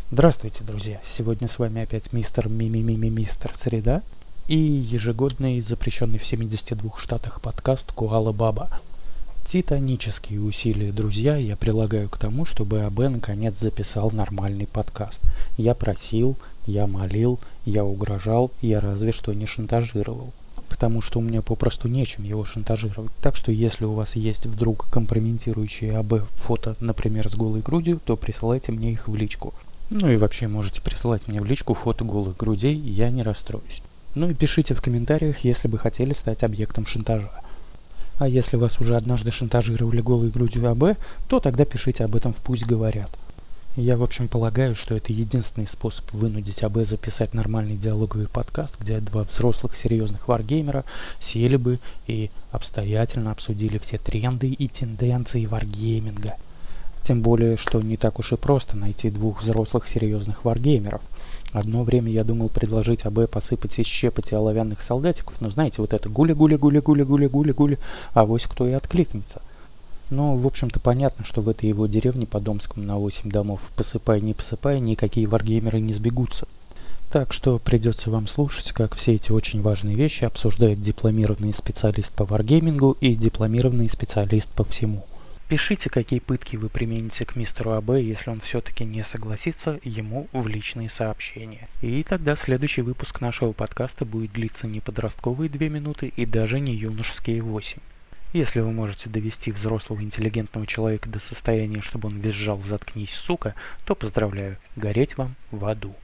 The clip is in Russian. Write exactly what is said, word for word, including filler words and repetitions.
Здравствуйте, друзья! Сегодня с вами опять мистер Ми-ми-ми-ми Мистер Среда и ежегодный запрещенный в семидесяти двух штатах подкаст Куала Баба. Титанические усилия, друзья, я прилагаю к тому, чтобы АБ наконец записал нормальный подкаст. Я просил, я молил, я угрожал, я разве что не шантажировал. Потому что у меня попросту нечем его шантажировать. Так что если у вас есть вдруг компрометирующие АБ фото, например, с голой грудью, то присылайте мне их в личку. Ну и вообще можете присылать мне в личку фото голых грудей, я не расстроюсь. Ну и пишите в комментариях, если бы хотели стать объектом шантажа. А если вас уже однажды шантажировали голой грудью АБ, то тогда пишите об этом в «Пусть говорят». Я, в общем, полагаю, что это единственный способ вынудить АБ записать нормальный диалоговый подкаст, где два взрослых серьезных варгеймера сели бы и обстоятельно обсудили все тренды и тенденции варгейминга. Тем более, что не так уж и просто найти двух взрослых серьезных варгеймеров. Одно время я думал предложить АБ посыпать и щепать и оловянных солдатиков, но знаете, вот это гуля-гуля-гуля-гуля-гуля-гуля-гуля, авось кто и откликнется. Но, в общем-то, понятно, что в этой его деревне по Домскому на восемь домов, посыпай, не посыпай, никакие варгеймеры не сбегутся. Так что придется вам слушать, как все эти очень важные вещи обсуждает дипломированный специалист по варгеймингу и дипломированный специалист по всему. Пишите, какие пытки вы примените к мистеру АБ, если он все-таки не согласится ему в личные сообщения. И тогда следующий выпуск нашего подкаста будет длиться не подростковые две минуты и даже не юношеские восемь. Если вы можете довести взрослого интеллигентного человека до состояния, чтобы он визжал «заткнись, сука», то поздравляю, гореть вам в аду.